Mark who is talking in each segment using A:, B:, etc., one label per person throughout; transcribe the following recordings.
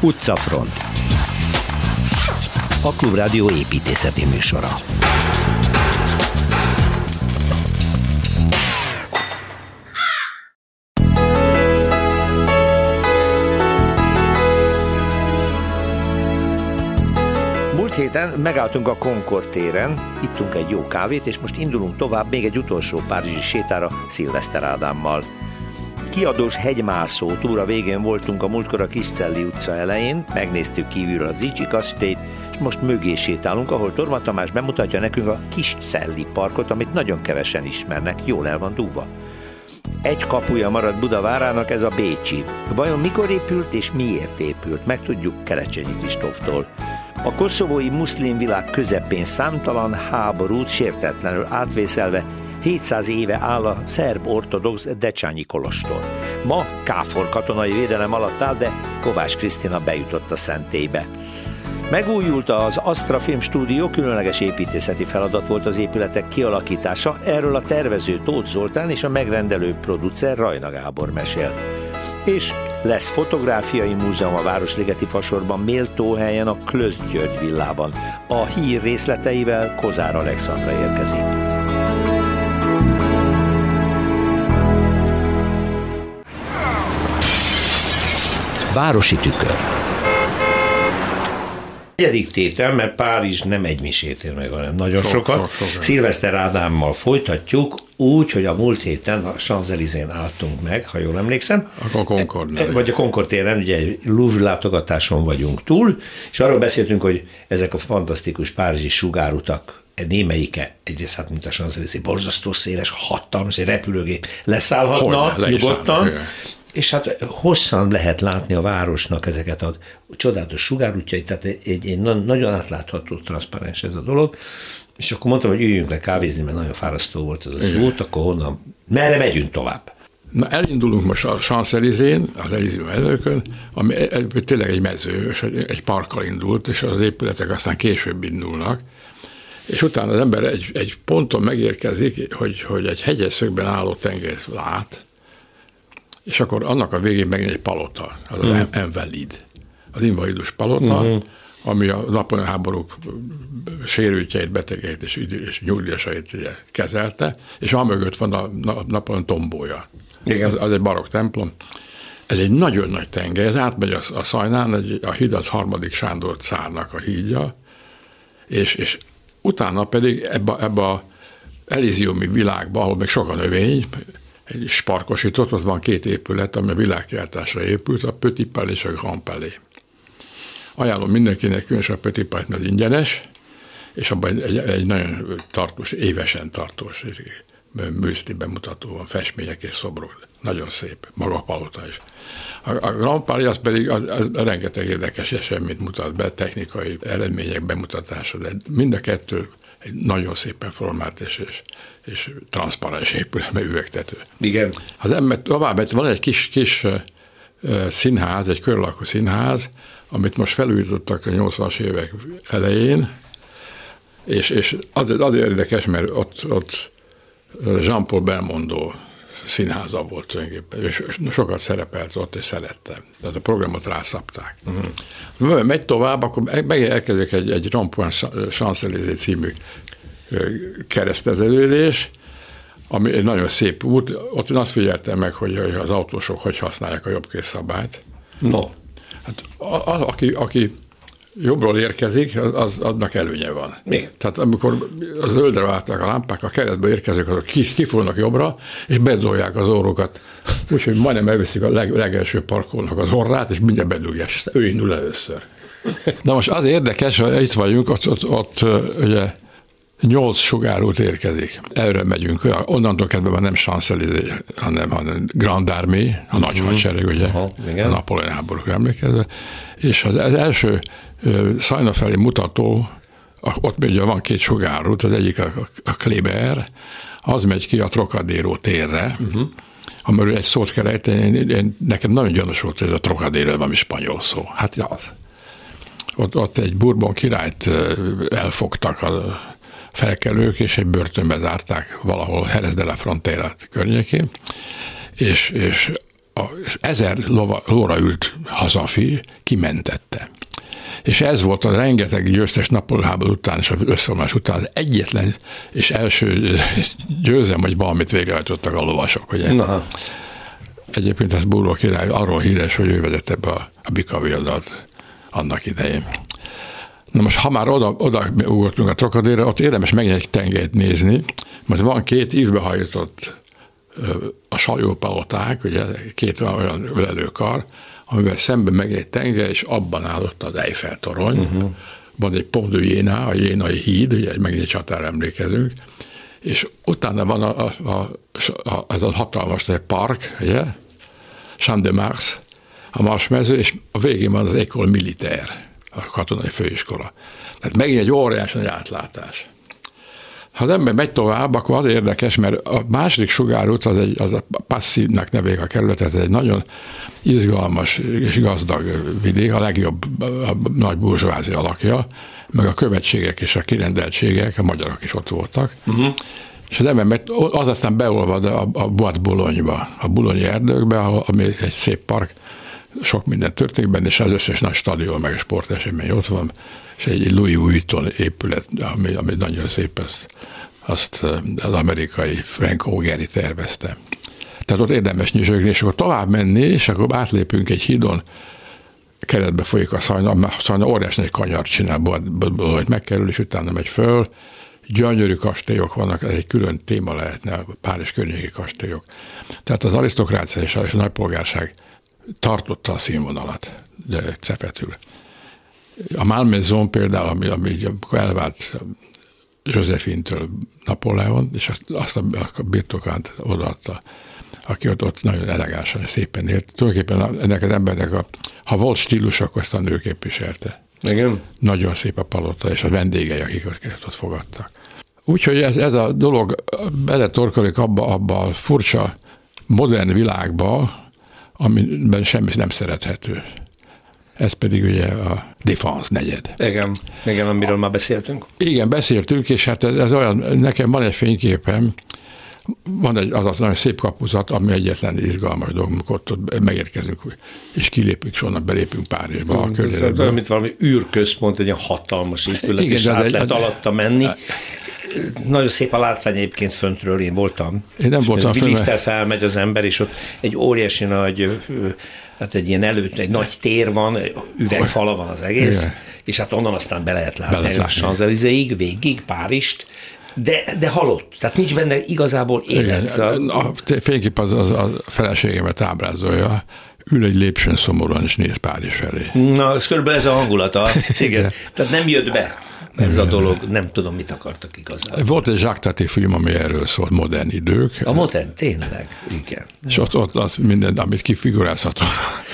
A: Utcafront. A Klubrádió építészeti műsora. Múlt héten megálltunk a Concord téren, ittunk egy jó kávét, és most indulunk tovább még egy utolsó párizsi sétára Szilveszter Ádámmal. Kiadós hegymászó túra végén voltunk a múltkor a Kiscelli utca elején, megnéztük kívülről az Zichy kastélyt, és most mögé sétálunk, ahol Torma Tamás bemutatja nekünk a Kiscelli parkot, amit nagyon kevesen ismernek, jól el van dugva. Egy kapuja maradt Buda várának, ez a bécsi. Vajon mikor épült és miért épült? Megtudjuk Kerecsényi Kristóftól. A koszovói muszlim világ közepén számtalan háborút sértetlenül átvészelve 700 éve áll a szerb-ortodox Decsányi kolostor. Ma KFOR katonai védelem alatt áll, de Kovács Krisztina bejutott a szentélybe. Megújult az Astra Filmstúdió, különleges építészeti feladat volt az épületek kialakítása, erről a tervező Tóth Zoltán és a megrendelő producer Rajna Gábor mesél. És lesz fotográfiai múzeum a Városligeti Fasorban, méltó helyen a Klösz György villában. A hír részleteivel Kozár Alexandra érkezik. Városi tükör. Negyedik tétel, mert Párizs nem egy misét ér meg, hanem nagyon sokat. Szilveszter Ádámmal folytatjuk, úgy, hogy a múlt héten a Champs-Élysén álltunk meg, ha jól emlékszem.
B: A Concord.
A: Vagy a Concord téren, ugye egy Louvre látogatáson vagyunk túl, és arról beszéltünk, hogy ezek a fantasztikus párizsi sugárutak, némelyike, egyrészt hát mint a Champs-Élysé, borzasztó széles, hatalmas, egy repülőgép leszállhatna nyugodtan, és hát hosszan lehet látni a városnak ezeket a csodálatos sugárútjait, tehát egy nagyon átlátható, transzparens ez a dolog, és akkor mondtam, hogy üljünk le kávézni, mert nagyon fárasztó volt ez az út, akkor honnan, merre megyünk tovább?
B: Na, elindulunk most a Champs-Élysén, az Elysée mezőkön, ami tényleg egy mező, és egy parkkal indult, és az épületek aztán később indulnak, és utána az ember egy ponton megérkezik, hogy egy hegyes szögben álló tengert lát, és akkor annak a végén megint egy palota, az Invalides, az invalidus palota, ami a Napóleon háborúk sérültjeit, betegeit és nyugdíjasait kezelte, és amögött van a Napóleon tombója. Az egy barokk templom. Ez egy nagyon nagy tenger, ez átmegy a Szajnán, a híd az Harmadik Sándor cárnak a hídja, és utána pedig ebbe a elyzéumi világba, ahol még sok a növény, egy sparkosított, ott van két épület, ami a világkiáltásra épült, a Petit Palais és a Grand Palais. Ajánlom mindenkinek, különösen a Petit Palais, mert ingyenes, és abban egy nagyon tartós, évesen tartós művészeti bemutató van, festmények és szobrok. Nagyon szép, maga a palota is. A Grand Palais az pedig az rengeteg érdekes eseményt mutat be, technikai eredmények bemutatása, de mind a kettő egy nagyon szépen formált és transzparens épület, mert üvegtető.
A: Igen.
B: Az ember tovább, van egy kis színház, egy körlakó színház, amit most felújítottak a 80-as évek elején, és az érdekes, mert ott Jean-Paul Belmondo színháza volt tulajdonképpen, és sokat szerepelt ott, és szerette. Tehát a programot rászabták. Megy tovább, akkor elkezdik egy Rond-Point Champs-Élysées című kereszteződés, ami egy nagyon szép út. Ott én azt figyeltem meg, hogy az autósok hogy használják a jobbkézszabályt.
A: No.
B: Hát aki jobbról érkezik, aznak előnye van.
A: Mi?
B: Tehát amikor a zöldre váltak a lámpák, a keresztbe érkezők, azok kifulnak jobbra, és bedolják az orrokat. Úgyhogy majdnem elviszik a legelső parkolónak az orrát, és mindjárt bedugják, ő indul először. Na most az érdekes, hogy itt vagyunk, ott ugye 8 sugárút érkezik. Előre megyünk, onnantól kezdve már nem Champs-Élysées, hanem Grand Armée, a nagy hadsereg, ugye, a Napóleon háborúk emlékezve. És az első Szajna felé mutató, ott ugye van 2 sugárút, az egyik a Kléber, az megy ki a Trocadéro térre, amiről egy szót kell ejteni, nekem nagyon gyanús volt, hogy ez a Trocadéro valami spanyol szó. Hát az. Ott egy Bourbon királyt elfogtak a felkelők, és egy börtönbe zárták valahol Jerez de la Frontera környékén, és az 1000 lóra ült hazafi kimentette. És ez volt a rengeteg győztes Napóleon háború után és az összeomlás után az egyetlen és első győzelem, hogy valamit végrehajtottak a lovasok. Ugye?
A: Aha.
B: Egyébként ez Búró király arról híres, hogy ő vezette be a bikaviadat annak idején. Na most, ha már oda ugrottunk a Trocadéra, ott érdemes megint egy tengelyt nézni, mert van 2 ívbe hajított a sajópaloták, ugye 2 olyan ölelőkar, amivel szemben meg egy tenger, és abban állott az Eiffel-torony. Van egy Pont du Jéna, a jénai híd, ugye megint egy csatára emlékezünk, és utána van ez a hatalmas park, ugye? Champ de Mars, a Marsmező, és a végén van az École Militaire, a katonai főiskola. Tehát megint egy óriási nagy átlátás. Ha az ember megy tovább, akkor az érdekes, mert a második sugárút, az a Passy-nak nevék a kerületet, egy nagyon izgalmas és gazdag vidék, a legjobb a nagy burzsóázia alakja, meg a követségek és a kirendeltségek, a magyarok is ott voltak. És az ember az aztán beolvad a Bois de Boulogne-ba, a Boulogne erdőkbe, ami egy szép park, sok minden történik benne, és az összes nagy stadion, meg a sportesemény ott van, és egy Louis Vuitton épület, ami nagyon szép, azt az amerikai Frank O'Gary tervezte. Tehát ott érdemes nyüzsögni, és akkor tovább menni, és akkor átlépünk egy hídon, keretbe folyik a Szajna, óriási nagy kanyart csinál, hogy megkerül, és utána megy föl. Gyönyörű kastélyok vannak, ez egy külön téma lehetne, a Párizs környéki kastélyok. Tehát az arisztokrácia és a nagypolgárság tartotta a színvonalat, de cefetül. A Malmaison például, ami elvált Joséphine-től Napóleon, és azt a birtokát odaadta, aki ott nagyon elegánsan, szépen élt. Tulajdonképpen ennek az embernek, ha volt stílus, akkor ezt a nő képviselte.
A: Igen.
B: Nagyon szép a palota, és a vendégei, akik ott fogadtak. Úgyhogy ez a dolog beletorkolik abba a furcsa, modern világba, amiben semmi nem szerethető. Ez pedig ugye a Défense negyed.
A: Igen, amiről már beszéltünk.
B: Igen, beszéltünk, és hát ez olyan, nekem van egy fényképem, van az nagyon szép kapuzat, ami egyetlen izgalmas dolog, amikor ott megérkezünk, és kilépünk, és onnan belépünk Párizsba a környezetbe.
A: Mint valami űrközpont, egy ilyen hatalmas épület, és át lehet alatta menni. Nagyon szép a látvány egyébként föntről, én voltam.
B: Én nem voltam
A: fönt. Lifttel felmegy az ember, és ott egy óriási nagy, hát egy ilyen előtt, egy nagy tér van, üvegfala van az egész, igen. És hát onnan aztán be lehet látni a Champs-Élysées-ig, végig, Párizst, de halott, tehát nincs benne igazából élet.
B: Igen, a fénykép az a feleségemet ábrázolja, ül egy lépcsőn szomorúan, és néz Párizs felé.
A: Na, ez körülbelül ez a hangulata. Igen. Tehát nem jött be ez a dolog, nem tudom, mit akartak igazából.
B: Volt egy Jacques Tati film, ami erről szólt, Modern idők.
A: A modern, tényleg, igen.
B: És ott az minden, amit kifigurázható.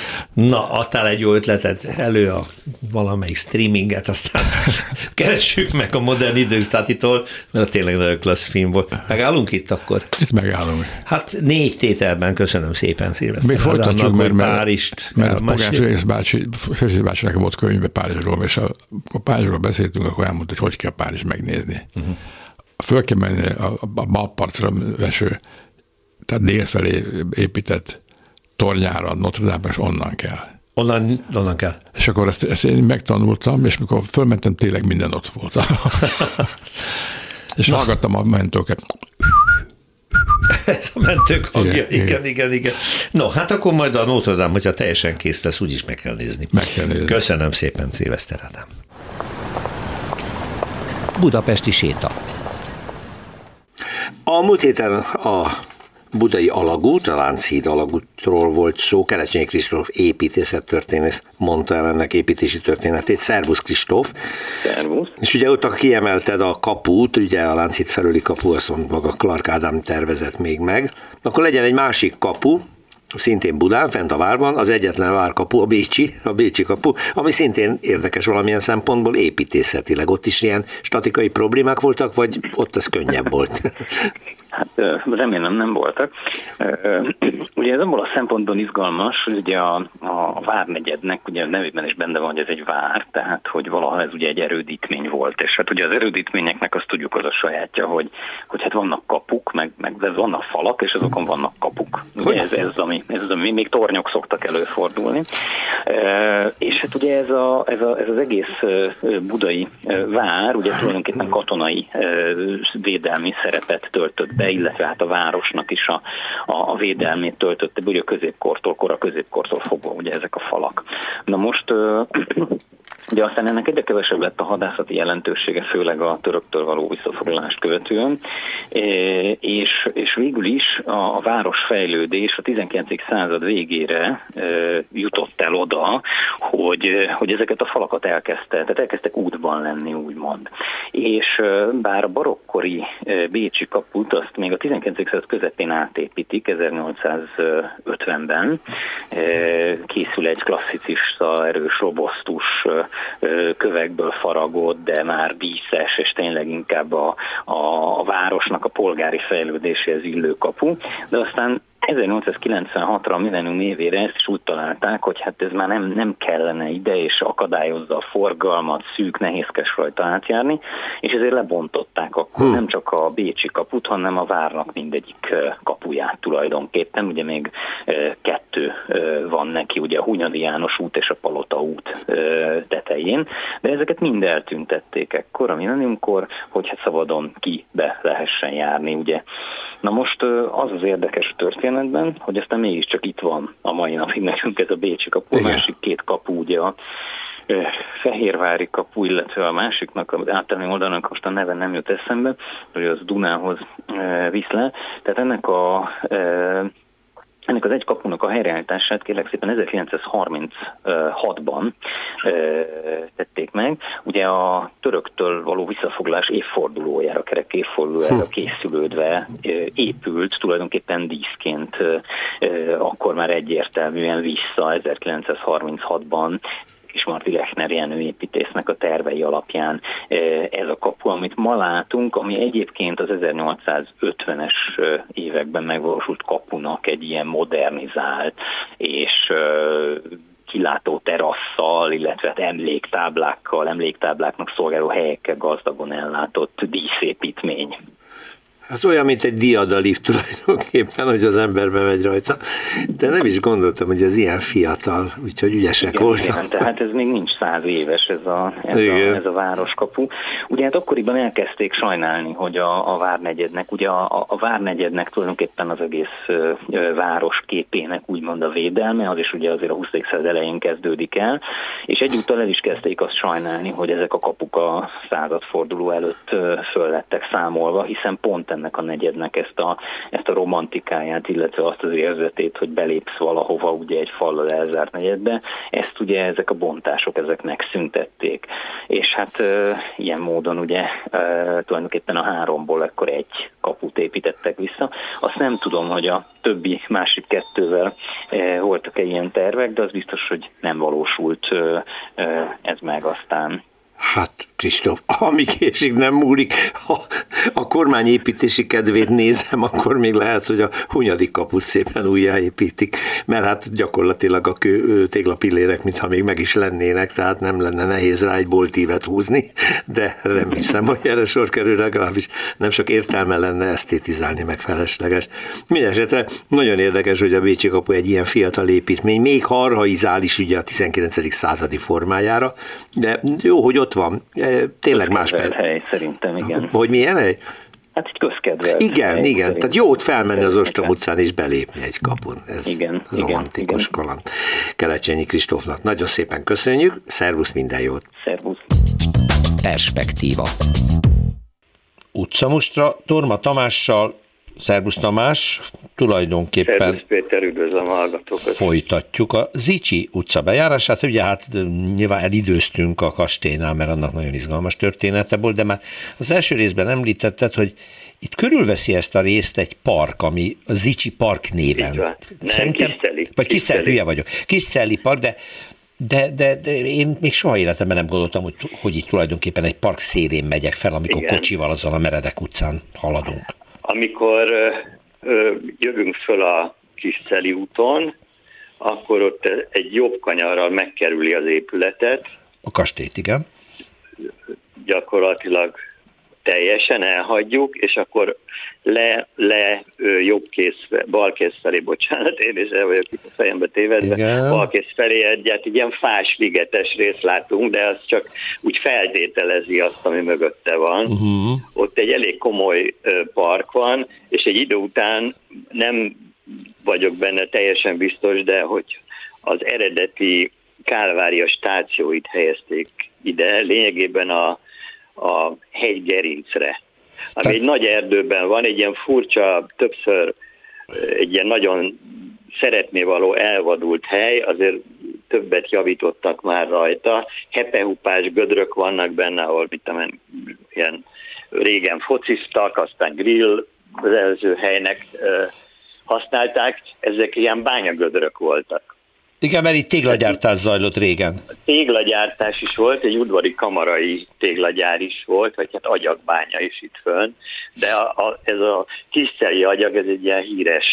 A: Na, adtál egy jó ötletet elő a valamelyik streaminget, aztán keressük meg a Modern idők Tatitól, mert tényleg nagyon klassz film volt. Megállunk itt akkor?
B: Itt megállunk.
A: Hát 4 tételben köszönöm szépen, Szilveszter.
B: Még folytatjuk, mert
A: Pogás
B: bácsinak volt könyve Párizsról, és a Párizsról beszéltünk, akkor elmondta, hogy kell Párizs megnézni. Föl kell menni a balpartra veső, tehát délfelé épített tornyára, Notre Dame, és onnan kell.
A: Onnan kell.
B: És akkor ezt én megtanultam, és mikor fölmentem, tényleg minden ott volt. És hallgattam a mentőket.
A: Ez a mentők hangja, igen. No, hát akkor majd a Notre Dame, hogyha teljesen kész lesz, úgyis meg kell nézni.
B: Meg kell nézni.
A: Köszönöm szépen, Szilveszter Ádám. Budapesti séta. A múlt héten a budai alagút, a Lánchíd alagútról volt szó, Kerecsényi Kristóf építészettörténész mondta el ennek építési történetét. Szervusz, Kristóf!
C: Szervusz!
A: És ugye ott kiemelted a kaput, ugye a Lánchíd felüli kapu, azt maga Clark Ádám tervezett még meg. Akkor legyen egy másik kapu, szintén Budán, fent a várban, az egyetlen várkapu, a bécsi kapu, ami szintén érdekes valamilyen szempontból építészetileg. Ott is ilyen statikai problémák voltak, vagy ott ez könnyebb volt?
C: Hát remélem nem voltak. Ugye ez abból a szempontból izgalmas, hogy ugye a várnegyednek, ugye a nevében is benne van, hogy ez egy vár, tehát hogy valaha ez ugye egy erődítmény volt, és hát ugye az erődítményeknek azt tudjuk, az a sajátja, hogy hát vannak kapuk, meg vannak falak, és azokon vannak kapuk. Ugye ez az, ami még tornyok szoktak előfordulni. És hát ugye ez az egész budai vár, ugye tulajdonképpen katonai védelmi szerepet töltött be, illetve hát a városnak is a védelmét töltötte be, ugye kora középkortól fogva ugye ezek a falak. Na most ugye aztán ennek egyre kevesebb lett a hadászati jelentősége, főleg a töröktől való visszafoglalást követően, és végül is a városfejlődés a 19. század végére jutott el oda, hogy ezeket a falakat elkezdtek útban lenni, úgymond. És bár a barokkori bécsi kaput azt még a 19. század közepén átépítik, 1850-ben készül egy klasszicista, erős, robosztus, kövekből faragott, de már díszes, és tényleg inkább a városnak a polgári fejlődéséhez illő kapu, de aztán 1896-ra, a millennium évére ezt is úgy találták, hogy hát ez már nem kellene ide, és akadályozza a forgalmat, szűk, nehézkes rajta átjárni, és ezért lebontották akkor nem csak a bécsi kaput, hanem a várnak mindegyik kapuját tulajdonképpen. Ugye még kettő van neki, ugye a Hunyadi János út és a Palota út tetején, de ezeket mind eltüntették ekkor, a millenniumkor, hogy hát szabadon be lehessen járni, ugye. Na most az érdekes történetben, hogy aztán mégiscsak itt van a mai napig nekünk ez a bécsi kapu, a másik két kapu, ugye a Fehérvári kapu, illetve a másiknak, az általán oldalnak most a neve nem jut eszembe, hogy az Dunához visz le. Tehát ennek az egy kapunak a helyreállítását kérlek szépen 1936-ban tették meg. Ugye a töröktől való visszafoglás évfordulójára, kerek évfordulójára készülődve épült tulajdonképpen díszként akkor már egyértelműen vissza 1936-ban Kismarty Lechner Jenő építésznek a tervei alapján ez a kapu, amit ma látunk, ami egyébként az 1850-es években megvalósult kapunak egy ilyen modernizált és kilátó terasszal, illetve emléktábláknak szolgáló helyekkel gazdagon ellátott díszépítmény.
A: Az olyan, mint egy diadalift tulajdonképpen, hogy az ember bemegy rajta, de nem is gondoltam, hogy ez ilyen fiatal, úgyhogy ügyesek voltak.
C: Igen, tehát ez még nincs 100 éves ez a városkapu. Ugye hát akkoriban elkezdték sajnálni, hogy a várnegyednek, ugye a várnegyednek tulajdonképpen az egész város képének úgymond a védelme, az is ugye azért a 20. század elején kezdődik el, és egyúttal el is kezdték azt sajnálni, hogy ezek a kapuk a századforduló előtt föl lettek számolva, hiszen pont ennek a negyednek ezt a romantikáját, illetve azt az érzetét, hogy belépsz valahova ugye egy fallal elzárt negyedbe, ezt ugye ezek a bontások ezek megszüntették. És hát ilyen módon ugye tulajdonképpen a 3-ból ekkor egy kaput építettek vissza. Azt nem tudom, hogy a többi másik 2-vel voltak-e ilyen tervek, de az biztos, hogy nem valósult ez meg aztán.
A: Hát, Kristóf, ami késik nem múlik, ha a kormányépítési kedvét nézem, akkor még lehet, hogy a Hunyadi kaput szépen újjáépítik, mert hát gyakorlatilag a téglapillérek, mintha még meg is lennének, tehát nem lenne nehéz rá egy boltívet húzni, de nem hiszem, hogy erre sor kerül, legalábbis nem sok értelme lenne esztétizálni, meg felesleges. Mindenesetre nagyon érdekes, hogy a bécsi kapu egy ilyen fiatal építmény, még archaizál is ugye a 19. századi formájára, de jó, hogy ott van. Tényleg más
C: hely, szerintem, igen.
A: Hogy milyen hely?
C: Hát egy közkedvelt.
A: Igen. Tehát jó ott felmenni az Ostrom utcán és belépni egy kapun. Ez romantikus kaland. Kelecsényi Kristófnak nagyon szépen köszönjük. Szervusz, minden jót.
C: Szervusz.
A: Perspektíva. Utcamostra Torma Tamással. Szervusz Tamás, tulajdonképpen
D: Szervusz Péter, üdvözlöm a hallgatókat.
A: Folytatjuk a Zichy utca bejárását, ugye hát nyilván elidőztünk a kastélynál, mert annak nagyon izgalmas története volt, de már az első részben említetted, hogy itt körülveszi ezt a részt egy park, ami a Zichy Park néven.
D: Szerintem,
A: Kiszeli, hülye vagyok. Kiszeli Park, de én még soha életemben nem gondoltam, hogy itt tulajdonképpen egy park szélén megyek fel, amikor kocsival azon a meredek utcán haladunk.
D: amikor jövünk föl a Kisczeli úton, akkor ott egy jobb kanyarral megkerüli az épületet.
A: A kastélyt, igen.
D: Gyakorlatilag teljesen elhagyjuk, és akkor bal kéz felé, bocsánat, én is el vagyok itt a fejembe tévedve, bal kéz felé egy ilyen fás ligetes részt látunk, de az csak úgy feltételezi azt, ami mögötte van. Ott egy elég komoly park van, és egy idő után nem vagyok benne teljesen biztos, de hogy az eredeti Kálvária stációit helyezték ide, lényegében a hegygerincre, ami egy nagy erdőben van, egy ilyen furcsa, többször egy ilyen nagyon szeretnévaló elvadult hely, azért többet javítottak már rajta. Hepehupás gödrök vannak benne, ahol ilyen régen fociztak, aztán grill az előző helynek használták, ezek ilyen bányagödrök voltak.
A: Igen, mert itt téglagyártás zajlott régen.
D: Téglagyártás is volt, egy udvari kamarai téglagyár is volt, vagy hát agyagbánya is itt fönn, de ez a Kisczeli agyag, ez egy ilyen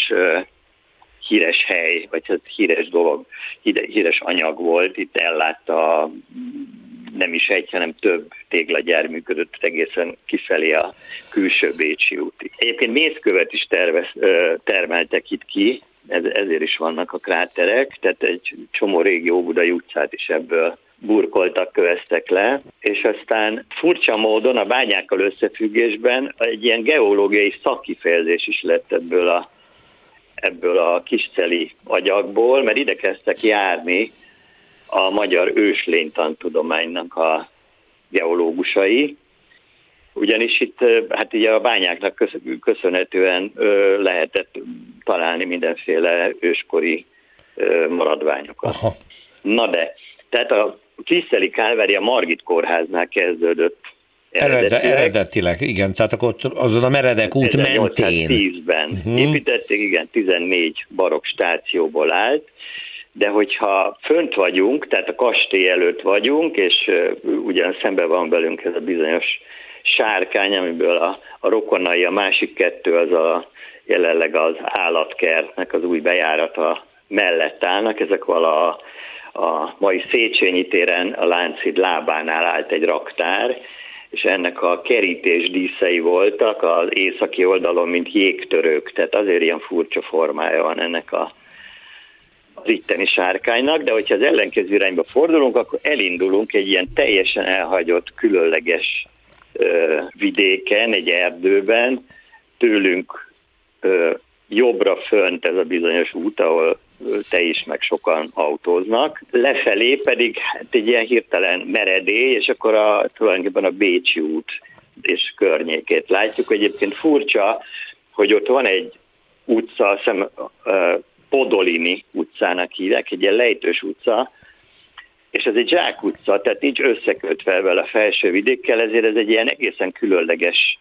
D: híres hely, vagy hát híres dolog, híres anyag volt, itt ellátta nem is egy, hanem több téglagyár működött egészen kifelé a külső Bécsi útig. Egyébként mészkövet is termeltek itt ki, ezért is vannak a kráterek, tehát egy csomó régi Óbudai utcát is ebből burkoltak, köveztek le, és aztán furcsa módon a bányákkal összefüggésben egy ilyen geológiai szakkifejezés is lett ebből a Kisczeli agyagból, mert ide kezdtek járni a magyar őslénytantudománynak a geológusai, ugyanis itt hát ugye a bányáknak köszönhetően lehetett találni mindenféle őskori maradványokat. Aha. Na de, tehát a Kisczeli Kálvária Margit kórháznál kezdődött
A: eredetileg, igen, tehát akkor azon a Meredek út mentén.
D: 1810-ben építették, igen, 14 barokk stációból állt, de hogyha fönt vagyunk, tehát a kastély előtt vagyunk, és ugyan szemben van velünk ez a bizonyos sárkány, amiből a rokonai, a másik kettő az jelenleg az állatkertnek az új bejárata mellett állnak, ezek vala a mai Széchenyi téren a Lánchíd lábánál állt egy raktár, és ennek a kerítés díszei voltak az északi oldalon, mint jégtörők, tehát azért ilyen furcsa formája van ennek az itteni sárkánynak, de hogyha az ellenkező irányba fordulunk, akkor elindulunk egy ilyen teljesen elhagyott, különleges vidéken, egy erdőben, tőlünk jobbra fönt ez a bizonyos út, ahol te is, meg sokan autóznak, lefelé pedig hát egy ilyen hirtelen meredély, és akkor tulajdonképpen a Bécsi út és környékét látjuk. Egyébként furcsa, hogy ott van egy utca, Podolini utcának hívják, egy ilyen lejtős utca, és ez egy zsákutca, tehát nincs összekötve vele a felső vidékkel, ezért ez egy ilyen egészen különleges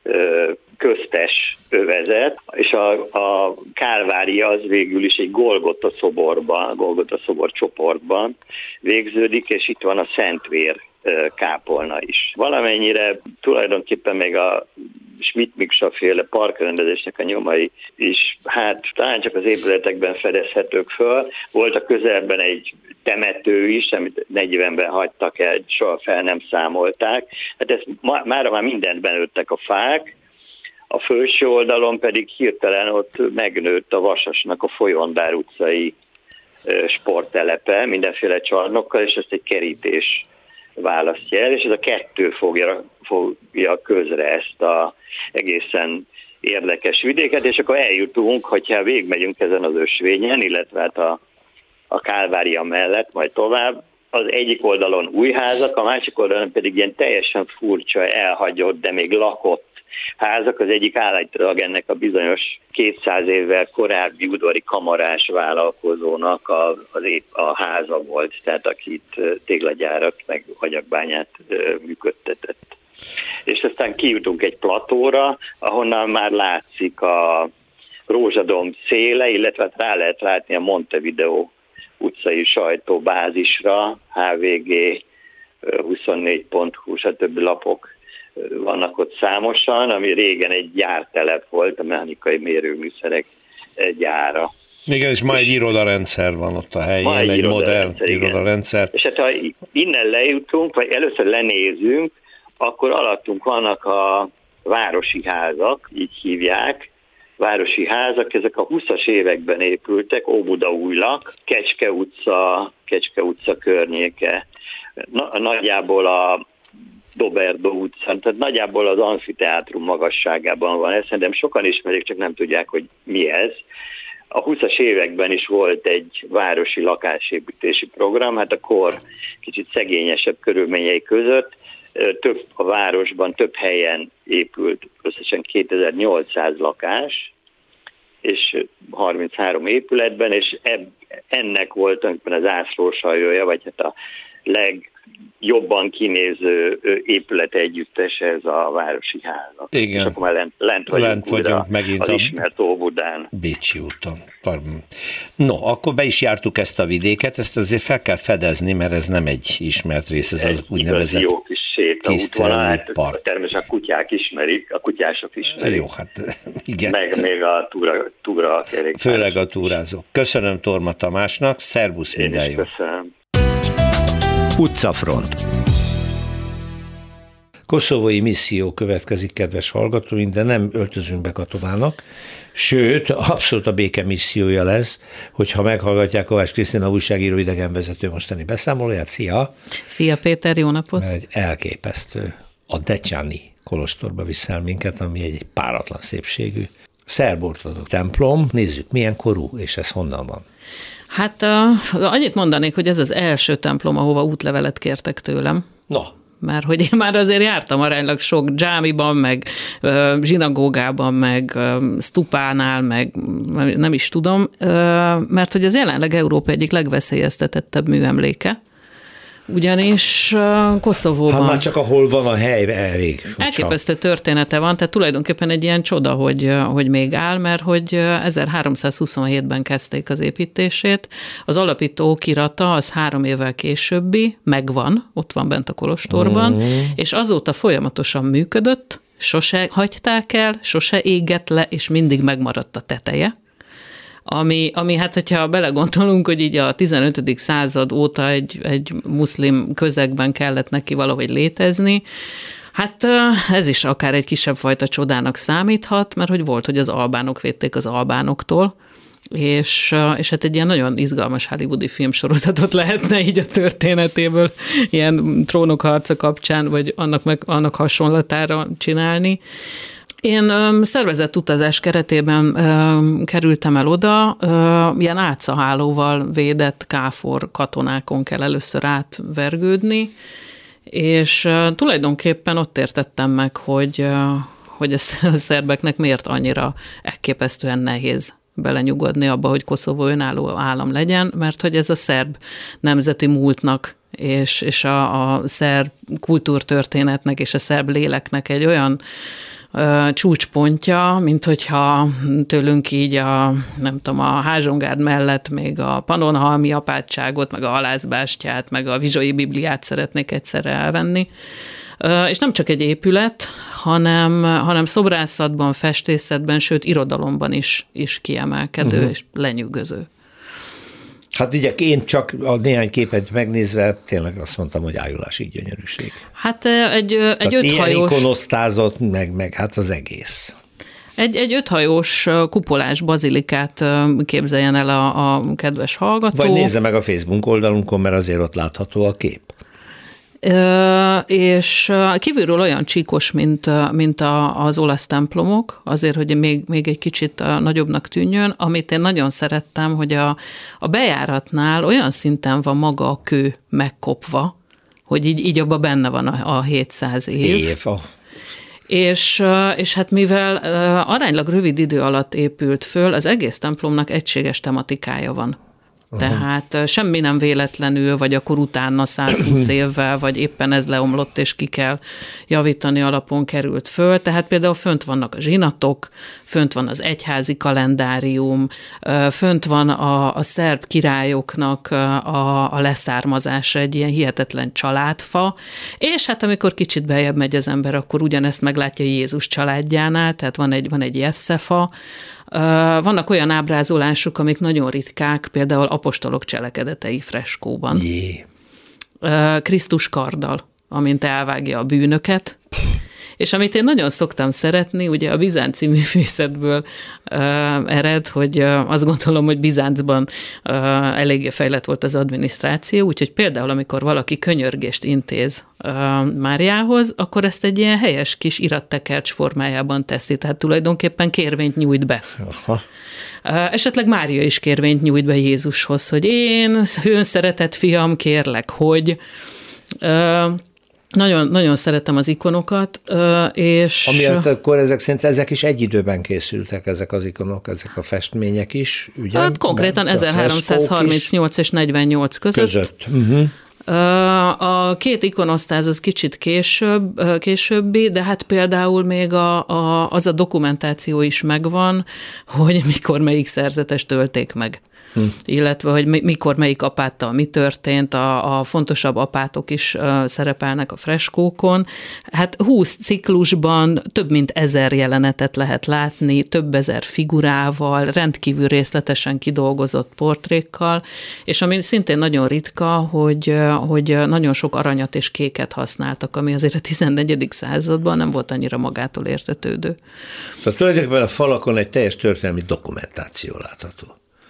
D: köztes övezet, és a Kálvária az végül is egy Golgota szobor csoportban végződik, és itt van a Szentvér kápolna is. Valamennyire tulajdonképpen még a Schmidt-Miksa féle parkrendezésnek a nyomai is, hát talán csak az épületekben fedezhetők föl. Volt a közelben egy temető is, amit 40-ben hagytak el, soha fel nem számolták. Hát ezt már mindent benőttek a fák, a felső oldalon pedig hirtelen ott megnőtt a Vasasnak a Folyondár utcai sporttelepe, mindenféle csarnokkal, és ezt egy kerítés választja el, és ez a kettő fogja közre ezt a egészen érdekes vidéket, és akkor eljutunk, hogyha végigmegyünk ezen az ösvényen, illetve hát a Kálvária mellett, majd tovább, az egyik oldalon új házak, a másik oldalon pedig ilyen teljesen furcsa, elhagyott, de még lakott házak. Az egyik állítólag ennek a bizonyos 200 évvel korábbi udvari kamarás vállalkozónak a háza volt, tehát aki itt téglagyárat meg agyagbányát működtetett. És aztán kijutunk egy platóra, ahonnan már látszik a Rózsadomb széle, illetve rá lehet látni a Montevideo utcai sajtóbázisra, HVG, 24.hu, stb. Lapok vannak ott számosan, ami régen egy gyártelep volt, a mechanikai mérőműszerek gyára.
A: Igen, és ma egy irodarendszer van ott a helyén, egy modern irodarendszer.
D: És hát ha innen lejutunk, vagy először lenézünk, akkor alattunk vannak a városi házak, így hívják, városi házak, ezek a 20-as években épültek, Óbudaújlak, Kecske utca környéke, nagyjából a Doberdó utca, tehát nagyjából az amfiteátrum magasságában van ez, szerintem sokan ismerik, csak nem tudják, hogy mi ez. A 20-as években is volt egy városi lakásépítési program, hát a kor kicsit szegényesebb körülményei között, a városban több helyen épült összesen 2800 lakás, és 33 épületben, és ennek volt az zászlóshajója, vagy hát a legjobban kinéző épület együttes ez a városi házak.
A: Igen.
D: És akkor már lent vagyunk
A: megint
D: az ismert Óbudán.
A: Bécsi úton. No, akkor be is jártuk ezt a vidéket, ezt azért fel kell fedezni, mert ez nem egy ismert rész, ez az úgynevezett
D: jó kis sétaútvonal, természetesen a kutyák ismerik, a kutyások ismerik.
A: Jó, hát igen.
D: Meg még a túra kerékpár.
A: Főleg a túrázók. Köszönöm Torma Tamásnak, szervusz, minden jó.
D: Köszönöm.
A: Utcafront. Koszovói misszió következik, kedves hallgatóink, de nem öltözünk be katonának, sőt, abszolút a béke missziója lesz, hogyha meghallgatják Kovács Krisztina újságíró idegenvezető mostani beszámolóját. Szia!
E: Szia Péter, jó napot!
A: Mert egy elképesztő, a Decsani kolostorba viszel minket, ami egy páratlan szépségű szerb ortodox templom. Nézzük, milyen korú, és ez honnan van.
E: Hát annyit mondanék, hogy ez az első templom, ahova útlevelet kértek tőlem.
A: No.
E: Mert hogy én már azért jártam aránylag sok dzsámiban, meg zsinagógában, meg stupánál, meg nem is tudom, mert hogy ez jelenleg Európa egyik legveszélyeztetettebb műemléke. Ugyanis Koszovóban...
A: Hát már csak ahol van a hely, elég.
E: Elképesztő története van, tehát tulajdonképpen egy ilyen csoda, hogy még áll, mert hogy 1327-ben kezdték az építését. Az alapító okirata az 3 évvel későbbi, megvan, ott van bent a kolostorban, és azóta folyamatosan működött, sose hagyták el, sose égett le, és mindig megmaradt a teteje. Ami hát, hogyha belegondolunk, hogy így a 15. század óta egy muszlim közegben kellett neki valahogy létezni, hát ez is akár egy kisebb fajta csodának számíthat, mert hogy volt, hogy az albánok védték az albánoktól, és hát egy ilyen nagyon izgalmas hollywoodi filmsorozatot lehetne így a történetéből ilyen Trónok harca kapcsán, vagy annak hasonlatára csinálni. Én szervezett utazás keretében kerültem el oda, ilyen átszahálóval védett KFOR katonákon kell először átvergődni, és tulajdonképpen ott értettem meg, hogy a szerbeknek miért annyira elképesztően nehéz belenyugodni abba, hogy Koszovó önálló állam legyen, mert hogy ez a szerb nemzeti múltnak és a szerb kultúrtörténetnek és a szerb léleknek egy olyan csúcspontja, mint hogyha tőlünk így a Házsongárd mellett még a Pannonhalmi apátságot, meg a Halászbástyát, meg a Vizsai Bibliát szeretnék egyszerre elvenni. És nem csak egy épület, hanem szobrászatban, festészetben, sőt irodalomban is kiemelkedő és lenyűgöző.
A: Hát ugye én csak a néhány képet megnézve tényleg azt mondtam, hogy ájulásig gyönyörűség.
E: Hát egy öthajós...
A: Ilyen ikonosztázott, meg hát az egész.
E: Egy öthajós kupolás bazilikát képzeljen el a kedves hallgató.
A: Vagy nézze meg a Facebook oldalunkon, mert azért ott látható a kép.
E: És kívülről olyan csíkos, mint az olasz templomok, azért, hogy még egy kicsit nagyobbnak tűnjön, amit én nagyon szerettem, hogy a bejáratnál olyan szinten van maga a kő megkopva, hogy így abban benne van a 700 év. És hát mivel aránylag rövid idő alatt épült föl, az egész templomnak egységes tematikája van. Tehát semmi nem véletlenül, vagy akkor utána 120 évvel, vagy éppen ez leomlott, és ki kell javítani alapon került föl. Tehát például fönt vannak a zsinatok, fönt van az egyházi kalendárium, fönt van a szerb királyoknak a leszármazása, egy ilyen hihetetlen családfa, és hát amikor kicsit beljebb megy az ember, akkor ugyanezt meglátja Jézus családjánál, tehát van egy Jesszefa. Vannak olyan ábrázolások, amik nagyon ritkák, például apostolok cselekedetei freskóban. Krisztus karddal, amint elvágja a bűnöket. És amit én nagyon szoktam szeretni, ugye a bizánci művészetből ered, hogy azt gondolom, hogy Bizáncban eléggé fejlett volt az adminisztráció, úgyhogy például, amikor valaki könyörgést intéz Máriához, akkor ezt egy ilyen helyes kis irattekercs formájában teszi, tehát tulajdonképpen kérvényt nyújt be. Aha. Esetleg Mária is kérvényt nyújt be Jézushoz, hogy én, hőnszeretett fiam, kérlek, hogy... Nagyon, nagyon szeretem az ikonokat, és...
A: Amiatt akkor ezek szerint ezek is egy időben készültek, ezek az ikonok, ezek a festmények is, ugye?
E: Hát konkrétan 1338 és 48 között. A két ikonosztáz az kicsit későbbi, de hát például még az a dokumentáció is megvan, hogy mikor melyik szerzetest ölték meg. Illetve, hogy mikor melyik apáttal mi történt, a fontosabb apátok is szerepelnek a freskókon. Hát 20 ciklusban több mint 1000 jelenetet lehet látni, több ezer figurával, rendkívül részletesen kidolgozott portrékkal, és ami szintén nagyon ritka, hogy nagyon sok aranyat és kéket használtak, ami azért a 14. században nem volt annyira magától értetődő.
A: Tehát tulajdonképpen a falakon egy teljes történelmi dokumentáció látható.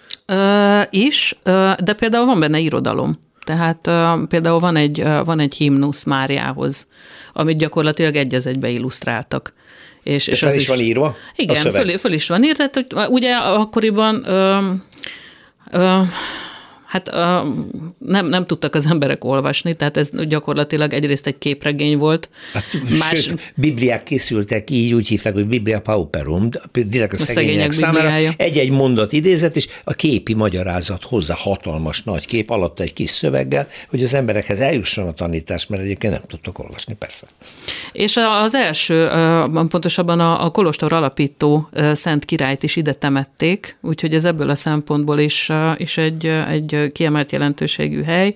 E: De például van benne irodalom. Tehát például van egy himnusz Máriához, amit gyakorlatilag egy az egybe illusztráltak. És
A: fel is van írva?
E: Igen, föl is van írva. Tehát, ugye akkoriban nem tudtak az emberek olvasni, tehát ez gyakorlatilag egyrészt egy képregény volt.
A: Hát, sőt, bibliák készültek így, úgy hívták, hogy Biblia Pauperum, direkt a szegények számára. Egy-egy mondat idézet, és a képi magyarázat hozzá hatalmas nagy kép, alatta egy kis szöveggel, hogy az emberekhez eljusson a tanítás, mert egyébként nem tudtak olvasni, persze.
E: És az első, pontosabban a kolostor alapító Szent Királyt is ide temették, úgyhogy ez ebből a szempontból is egy kiemelt jelentőségű hely,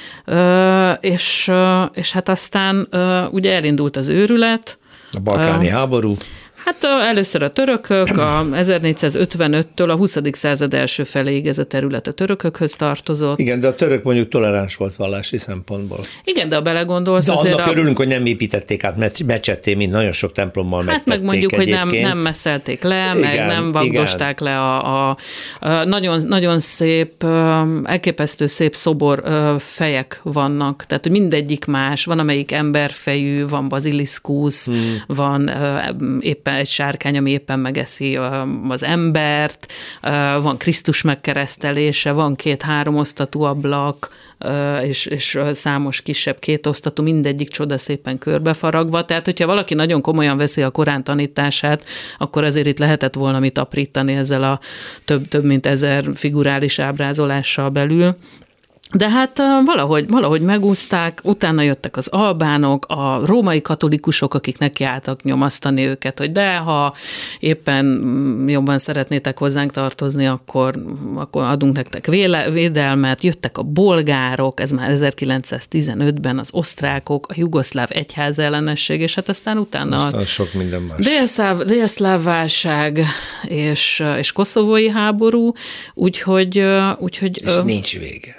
E: és hát aztán ugye elindult az őrület.
A: A balkáni háború.
E: Hát először a törökök, a 1455-től a 20. század első feléig ez a terület a törökökhöz tartozott.
A: Igen, de a török mondjuk toleráns volt vallási szempontból.
E: Igen, de ha belegondolsz...
A: De annak örülünk, hogy nem építették át mecsetté, mint nagyon sok templommal megtették.
E: Hát meg mondjuk,
A: egyébként.
E: Hogy nem messzelték le, igen, meg nem vagdosták le a nagyon, nagyon szép, elképesztő szép szobor fejek vannak. Tehát, hogy mindegyik más. Van, amelyik emberfejű, van baziliszkusz, van éppen egy sárkány, ami éppen megeszi az embert, van Krisztus megkeresztelése, van 2-3 osztatú ablak, és számos kisebb 2 osztatú, mindegyik csodaszépen körbefaragva. Tehát, hogyha valaki nagyon komolyan veszi a Korán tanítását, akkor azért itt lehetett volna mit aprítani ezzel a több mint 1000 figurális ábrázolással belül. De hát valahogy megúszták, utána jöttek az albánok, a római katolikusok, akik nekiálltak nyomasztani őket, hogy de ha éppen jobban szeretnétek hozzánk tartozni, akkor adunk nektek védelmet. Jöttek a bolgárok, ez már 1915-ben az osztrákok, a jugoszláv egyház ellenesség, és hát aztán utána
A: sok minden más.
E: Délszláv válság és koszovói háború, úgyhogy
A: és nincs vége.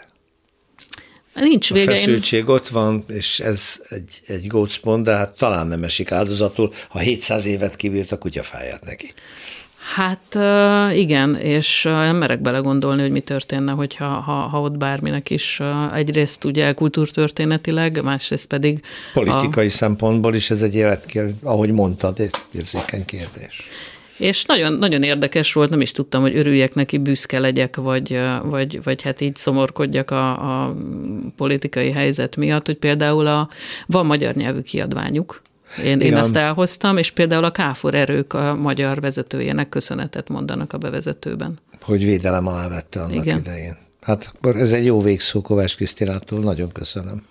E: Nincs vége.
A: A feszültség ott van, és ez egy gócpont, de hát talán nem esik áldozatul. Ha 700 évet kibírt, a kutyafáját neki.
E: Hát igen, és nem merek belegondolni, hogy mi történne, ha ott bárminek is egyrészt ugye kultúrtörténetileg, másrészt pedig...
A: Politikai szempontból is ez egy életkérdés, ahogy mondtad, egy érzékeny kérdés.
E: És nagyon, nagyon érdekes volt, nem is tudtam, hogy örüljek neki, büszke legyek, vagy hát így szomorkodjak a politikai helyzet miatt, hogy például van magyar nyelvű kiadványuk. Én azt elhoztam, és például a KFOR erők a magyar vezetőjének köszönetet mondanak a bevezetőben.
A: Hogy védelem alá vette annak idején. Hát akkor ez egy jó végszó Kovács Krisztinától, nagyon köszönöm.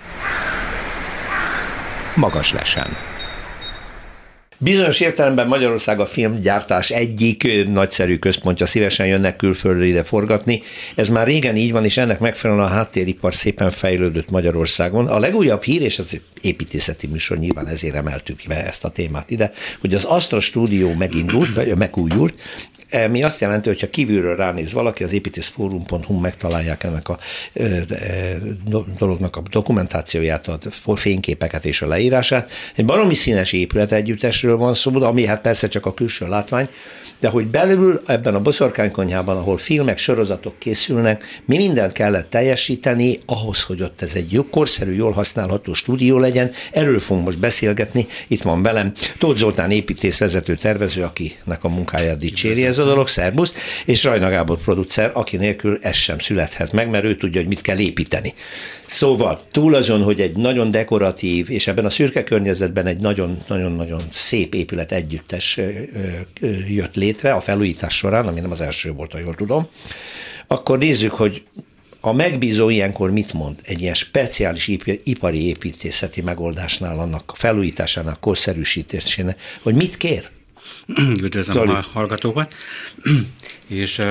F: Magas lesen.
A: Bizonyos értelemben Magyarország a filmgyártás egyik nagyszerű központja, szívesen jönnek külföldre ide forgatni. Ez már régen így van, és ennek megfelelően a háttéripar szépen fejlődött Magyarországon. A legújabb hír, és az építészeti műsor, nyilván ezért emeltük be ezt a témát ide, hogy az Astra stúdió megújult, mi azt jelenti, hogy ha kívülről ránéz valaki, az építészforum.hu megtalálják ennek a dolognak a dokumentációját, a fényképeket és a leírását. Egy baromi színes épület együttesről van szó, ami hát persze csak a külső látvány, de hogy belül ebben a boszorkánykonyhában, ahol filmek, sorozatok készülnek, mi mindent kellett teljesíteni ahhoz, hogy ott ez egy korszerű, jól használható stúdió legyen. Erről fogunk most beszélgetni. Itt van velem Tóth Zoltán építész vezető tervező, akinek a munkáját dicséri ez a dolog, szerbusz, és Rajna Gábor producer, aki nélkül ez sem születhet meg, mert ő tudja, hogy mit kell építeni. Szóval túl azon, hogy egy nagyon dekoratív, és ebben a szürke környezetben egy nagyon-nagyon szép épület együttes jött létre a felújítás során, ami nem az első volt, ha jól tudom, akkor nézzük, hogy a megbízó ilyenkor mit mond egy ilyen speciális ipari építészeti megoldásnál, annak a felújításának, korszerűsítésének, hogy mit kér?
G: Üdvözlöm a hallgatókat, és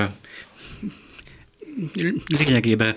G: lényegében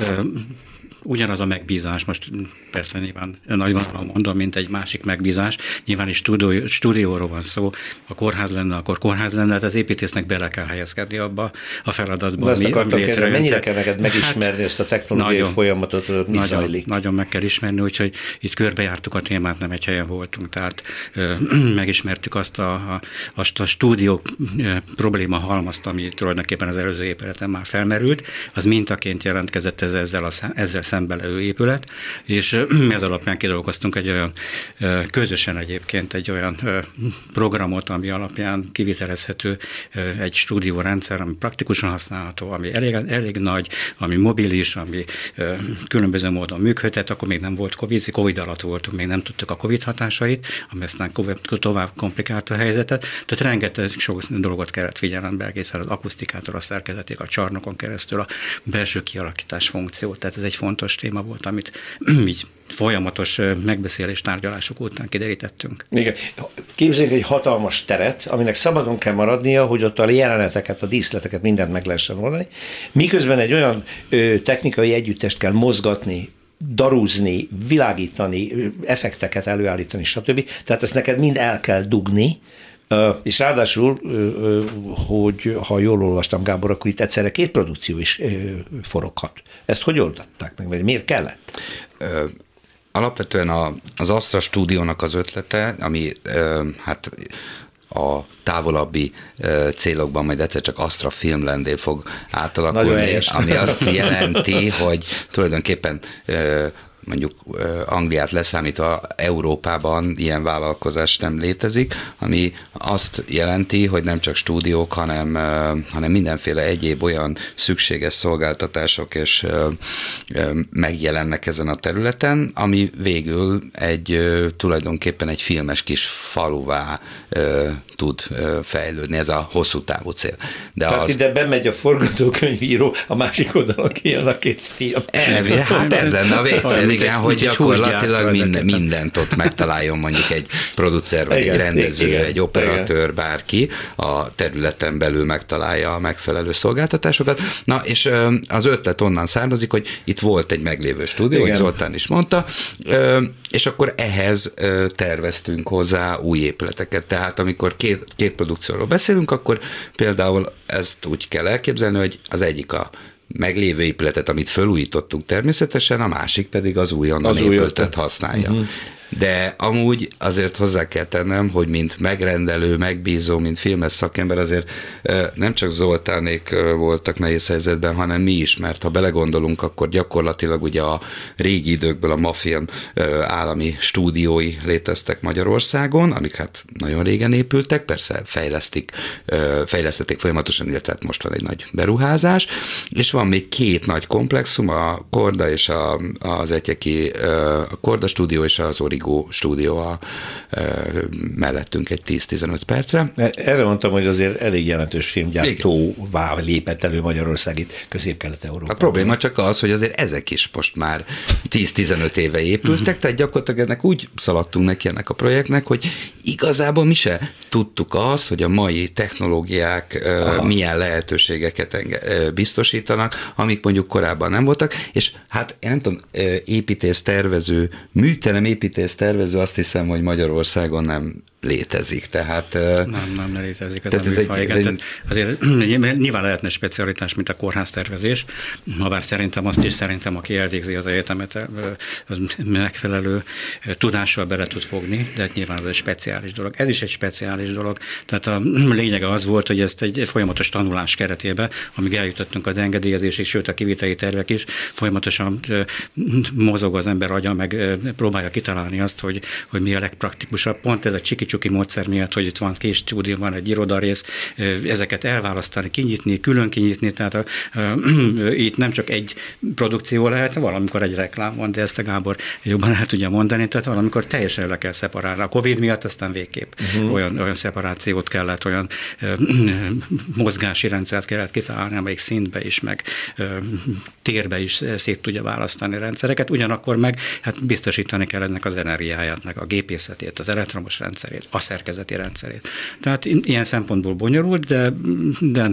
G: ugyanaz a megbízás, most persze nyilván nagyvonalon mondom, mint egy másik megbízás, nyilván is stúdióról van szó, ha kórház lenne, akkor kórház lenne, hát az építésznek bele kell helyezkedni abba a feladatba,
A: ami létrejön. Mennyire kell neked megismerni ezt a technológiai folyamatot, hogy mi zajlik?
G: Nagyon meg kell ismerni, úgyhogy itt körbejártuk a témát, nem egy helyen voltunk, tehát megismertük azt a stúdió probléma halmazt, ami tulajdonképpen az előző épületen már felmerült, az mintaként jelentkezett ezzel szembe levő épület, és ez alapján kidolgoztunk egy olyan közösen egyébként egy olyan programot, ami alapján kivitelezhető egy stúdiórendszer, ami praktikusan használható, ami elég nagy, ami mobilis, ami különböző módon működhet, akkor még nem volt Covid alatt voltunk, még nem tudtuk a Covid hatásait, ami aztán tovább komplikálta a helyzetet, tehát rengeteg sok dolgot kellett figyelembe, egészen az akusztikától a szerkezetig, a csarnokon keresztül a belső kialakítás funkciót, tehát ez egy fontos téma volt, amit így folyamatos megbeszélés, tárgyalások után kiderítettünk.
A: Igen. Képzeljünk egy hatalmas teret, aminek szabadon kell maradnia, hogy ott a jeleneteket, a díszleteket, mindent meg lehessen oldani, miközben egy olyan technikai együttest kell mozgatni, darúzni, világítani, effekteket előállítani, stb. Tehát ezt neked mind el kell dugni, és ráadásul, hogy ha jól olvastam, Gábor, akkor itt egyszerre 2 produkció is foroghat. Ezt hogy oldották meg, vagy miért kellett?
H: Alapvetően az Astra stúdiónak az ötlete, ami hát a távolabbi célokban majd egyszer csak Astra Filmlandé fog átalakulni, ami azt jelenti, hogy tulajdonképpen mondjuk Angliát leszámítva Európában ilyen vállalkozás nem létezik, ami azt jelenti, hogy nem csak stúdiók, hanem mindenféle egyéb olyan szükséges szolgáltatások és megjelennek ezen a területen, ami végül tulajdonképpen egy filmes kis faluvá tud fejlődni, ez a hosszú távú cél.
A: Tehát ide bemegy a forgatókönyvíró, a másik oldalon kijön a kész film.
H: Hát ez lenne a végszer, igen, hogy gyakorlatilag mindent ott megtaláljon mondjuk egy producer, vagy egy rendező, egy operatőr, bárki a területen belül megtalálja a megfelelő szolgáltatásokat. Na, és az ötlet onnan származik, hogy itt volt egy meglévő stúdió, hogy Zoltán is mondta, és akkor ehhez terveztünk hozzá új épületeket. Tehát amikor két produkcióról beszélünk, akkor például ezt úgy kell elképzelni, hogy az egyik a meglévő épületet, amit felújítottunk természetesen, a másik pedig az újonnan épületet használja. Uh-huh. De amúgy azért hozzá kell tennem, hogy mint megrendelő, megbízó, mint filmes szakember azért nem csak Zoltánék voltak nehéz helyzetben, hanem mi is, mert ha belegondolunk, akkor gyakorlatilag ugye a régi időkből a Mafilm állami stúdiói léteztek Magyarországon, amik hát nagyon régen épültek, persze fejlesztették folyamatosan, illetve most van egy nagy beruházás, és van még 2 nagy komplexum, a Korda és az Etyeki, a Korda stúdió és az Origami Vigó stúdió mellettünk egy 10-15 percre.
A: Erre mondtam, hogy azért elég jelentős filmgyártóvá lépett elő Magyarország itt Közép-Kelet-Európában.
H: A probléma csak az, hogy azért ezek is most már 10-15 éve épültek, tehát gyakorlatilag ennek úgy szaladtunk neki ennek a projektnek, hogy igazából mi se tudtuk azt, hogy a mai technológiák milyen lehetőségeket biztosítanak, amik mondjuk korábban nem voltak, és hát én nem tudom, műterem építésztervező azt hiszem, hogy Magyarországon nem létezik, tehát...
G: Nem létezik ez a műfaj. Azért nyilván lehetne specialitás, mint a kórháztervezés, habár szerintem aki elvégzi az egyetemet, az megfelelő tudással bele tud fogni, de nyilván ez egy speciális dolog. Ez is egy speciális dolog, tehát a lényege az volt, hogy ezt egy folyamatos tanulás keretében, amíg eljutottunk az engedélyezésig, sőt a kiviteli tervek is, folyamatosan mozog az ember agya, meg próbálja kitalálni azt, hogy mi a legpraktikusabb. Pont ez a csiki-csuki módszer miatt, hogy itt van két stúdió, van egy irodarész, ezeket elválasztani, kinyitni, külön kinyitni, tehát itt nem csak egy produkció lehet, valamikor egy reklám van, de ezt a Gábor jobban el tudja mondani, tehát valamikor teljesen le kell szeparálni. A Covid miatt aztán végképp olyan szeparációt kellett, olyan mozgási rendszert kellett kitalálni, amelyik szintbe is, meg térbe is szét tudja választani rendszereket, ugyanakkor meg hát biztosítani kell ennek az energiáját, meg a gépészetét, az elektromos rendszerét, a szerkezeti rendszerét. Tehát ilyen szempontból bonyolult, de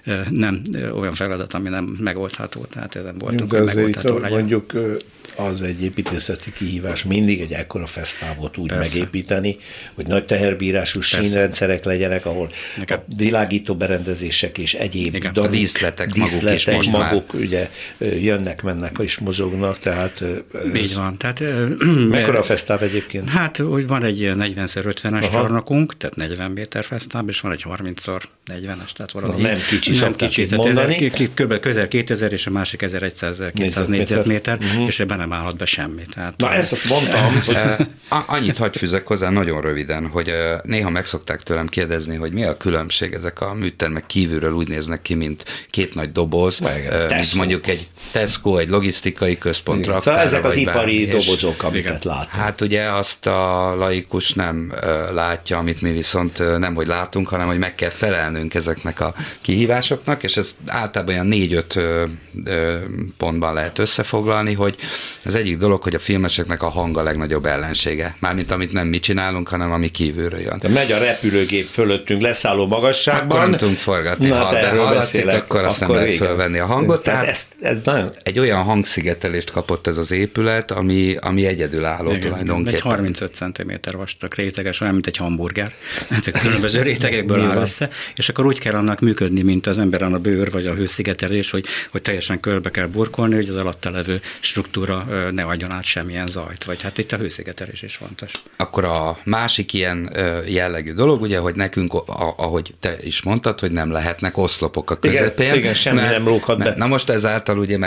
G: nem olyan feladat, ami nem megoldható. Tehát ezen voltunk,
A: hogy megoldható legyen. Mondjuk az egy építészeti kihívás mindig egy ekkora fesztávot úgy megépíteni, hogy nagy teherbírású sínrendszerek legyenek, ahol a világító berendezések és egyéb
H: a díszletek maguk is most
A: maguk ugye jönnek, mennek és mozognak, tehát
G: így van. Tehát,
A: mekkora a fesztáv egyébként?
G: Hát, hogy van egy 40x50-es csarnokunk, tehát 40 méter fesztáv, és van egy 30x40-es, tehát valami.
A: Nem kicsi,
G: tehát kb. Közel 2000, és a másik 1100-200 négyzetméter, és ebben nem állhat be semmi. Tehát,
A: na ezt mondtam.
H: Annyit hadd fűzzek hozzá nagyon röviden, hogy néha meg szokták tőlem kérdezni, hogy mi a különbség, ezek a műtermek kívülről úgy néznek ki, mint két nagy doboz, mint mondjuk egy Tesco, egy logisztikai központ.
A: Szóval ezek az ipari dobozok, amiket látunk.
H: Hát ugye azt a laikus nem látja, amit mi viszont nem, hogy látunk, hanem hogy meg kell felelnünk ezeknek a kihívásoknak, és ez általában olyan 4-5 pontban lehet összefoglalni, hogy az egyik dolog, hogy a filmeseknek a hang a legnagyobb ellensége. Mármint amit nem mi csinálunk, hanem ami kívülről jön.
A: De megy a repülőgép fölöttünk leszálló magasságban.
H: Akkor nem tudunk forgatni. Ha hallatszik, akkor azt nem lehet fölvenni a hangot. Tehát
A: ez nagyon...
H: Egy olyan hangszigetelést kapott ez az épület, ami egyedülálló tulajdonképpen.
G: Egy 35 cm vastag réteges, olyan, mint egy hamburger. Különböző rétegekből áll össze, és akkor úgy kell annak működni, mint az emberen a bőr, vagy a hőszigetelés, hogy teljesen körbe kell burkolni, hogy az alatta levő struktúra ne adjon át semmilyen zajt, vagy hát itt a hőszigetelés is fontos.
H: Akkor a másik ilyen jellegű dolog, ugye, hogy nekünk, ahogy te is mondtad, hogy nem lehetnek oszlopok a közepén.
A: Igen, semmi nem lóghat be.
H: Na most ezáltal ugye